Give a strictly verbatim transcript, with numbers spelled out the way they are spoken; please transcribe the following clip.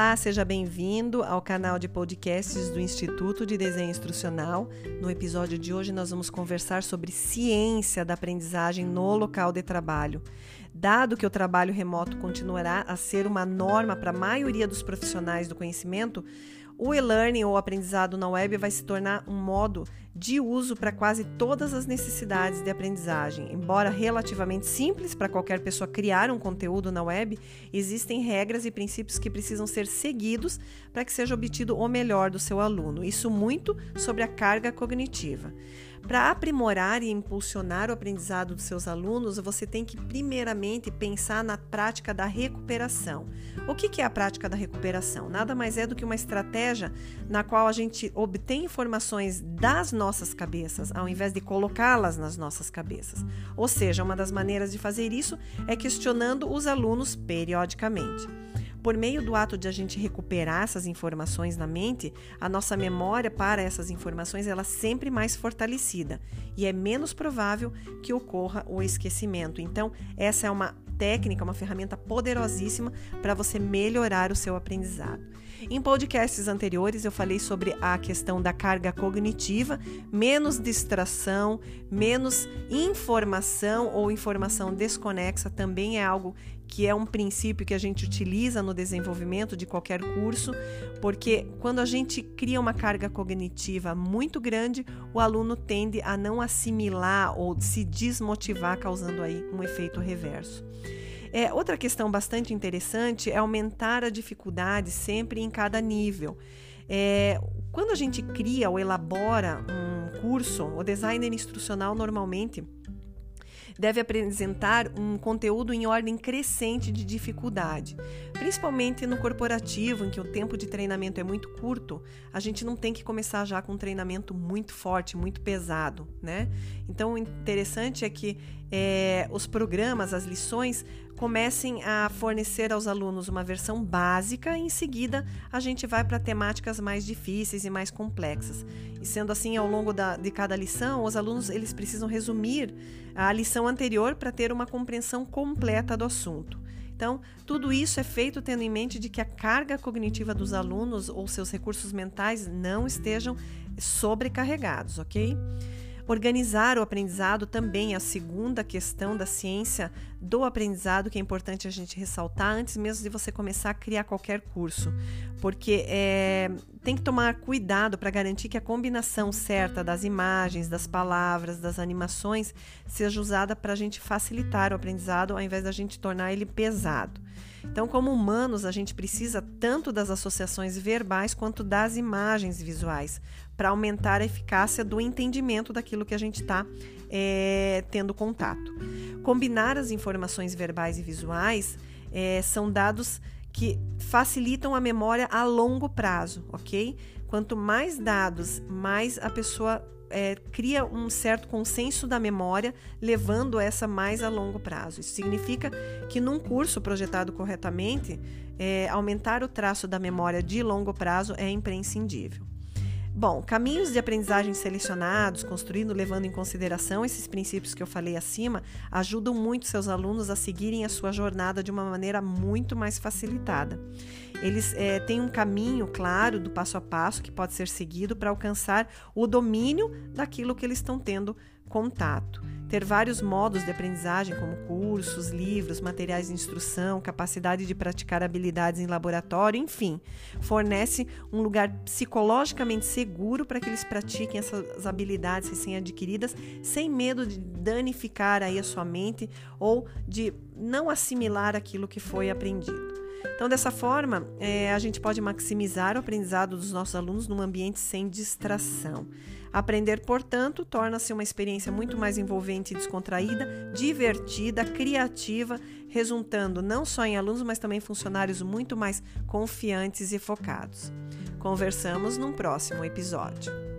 Olá, seja bem-vindo ao canal de podcasts do Instituto de Desenho Instrucional. No episódio de hoje nós vamos conversar sobre ciência da aprendizagem no local de trabalho. Dado que o trabalho remoto continuará a ser uma norma para a maioria dos profissionais do conhecimento, o e-learning ou aprendizado na web vai se tornar um modo de uso para quase todas as necessidades de aprendizagem. Embora relativamente simples para qualquer pessoa criar um conteúdo na web, existem regras e princípios que precisam ser seguidos para que seja obtido o melhor do seu aluno. Isso muito sobre a carga cognitiva. Para aprimorar e impulsionar o aprendizado dos seus alunos, você tem que primeiramente pensar na prática da recuperação. O que é a prática da recuperação? Nada mais é do que uma estratégia na qual a gente obtém informações das nossas cabeças, ao invés de colocá-las nas nossas cabeças. Ou seja, uma das maneiras de fazer isso é questionando os alunos periodicamente. Por meio do ato de a gente recuperar essas informações na mente, a nossa memória para essas informações ela é sempre mais fortalecida e é menos provável que ocorra o esquecimento. Então, essa é uma técnica, uma ferramenta poderosíssima para você melhorar o seu aprendizado. Em podcasts anteriores eu falei sobre a questão da carga cognitiva, menos distração, menos informação ou informação desconexa também é algo que é um princípio que a gente utiliza no desenvolvimento de qualquer curso, porque quando a gente cria uma carga cognitiva muito grande, o aluno tende a não assimilar ou se desmotivar, causando aí um efeito reverso. É, outra questão bastante interessante é aumentar a dificuldade sempre em cada nível. É, quando a gente cria ou elabora um curso, o designer instrucional normalmente deve apresentar um conteúdo em ordem crescente de dificuldade. Principalmente no corporativo, em que o tempo de treinamento é muito curto, a gente não tem que começar já com um treinamento muito forte, muito pesado, né? Então, o interessante é que é, os programas, as lições, comecem a fornecer aos alunos uma versão básica e em seguida a gente vai para temáticas mais difíceis e mais complexas. E sendo assim, ao longo da, de cada lição, os alunos eles precisam resumir a lição anterior para ter uma compreensão completa do assunto. Então, tudo isso é feito tendo em mente de que a carga cognitiva dos alunos ou seus recursos mentais não estejam sobrecarregados, ok? Organizar o aprendizado também é a segunda questão da ciência do aprendizado que é importante a gente ressaltar antes mesmo de você começar a criar qualquer curso, porque é, tem que tomar cuidado para garantir que a combinação certa das imagens, das palavras, das animações seja usada para a gente facilitar o aprendizado ao invés da gente tornar ele pesado. Então, como humanos, a gente precisa tanto das associações verbais quanto das imagens visuais para aumentar a eficácia do entendimento daquilo que a gente está é, tendo contato. Combinar as informações verbais e visuais é, são dados que facilitam a memória a longo prazo, ok? Quanto mais dados, mais a pessoa É, cria um certo consenso da memória, levando essa mais a longo prazo. Isso significa que num curso projetado corretamente, é, aumentar o traço da memória de longo prazo é imprescindível. Bom, caminhos de aprendizagem selecionados, construídos levando em consideração esses princípios que eu falei acima, ajudam muito seus alunos a seguirem a sua jornada de uma maneira muito mais facilitada. Eles é, têm um caminho claro do passo a passo que pode ser seguido para alcançar o domínio daquilo que eles estão tendo contato. Ter vários modos de aprendizagem, como cursos, livros, materiais de instrução, capacidade de praticar habilidades em laboratório, enfim, fornece um lugar psicologicamente seguro para que eles pratiquem essas habilidades recém-adquiridas sem medo de danificar aí a sua mente ou de não assimilar aquilo que foi aprendido. Então, dessa forma, é, a gente pode maximizar o aprendizado dos nossos alunos num ambiente sem distração. Aprender, portanto, torna-se uma experiência muito mais envolvente e descontraída, divertida, criativa, resultando não só em alunos, mas também funcionários muito mais confiantes e focados. Conversamos num próximo episódio.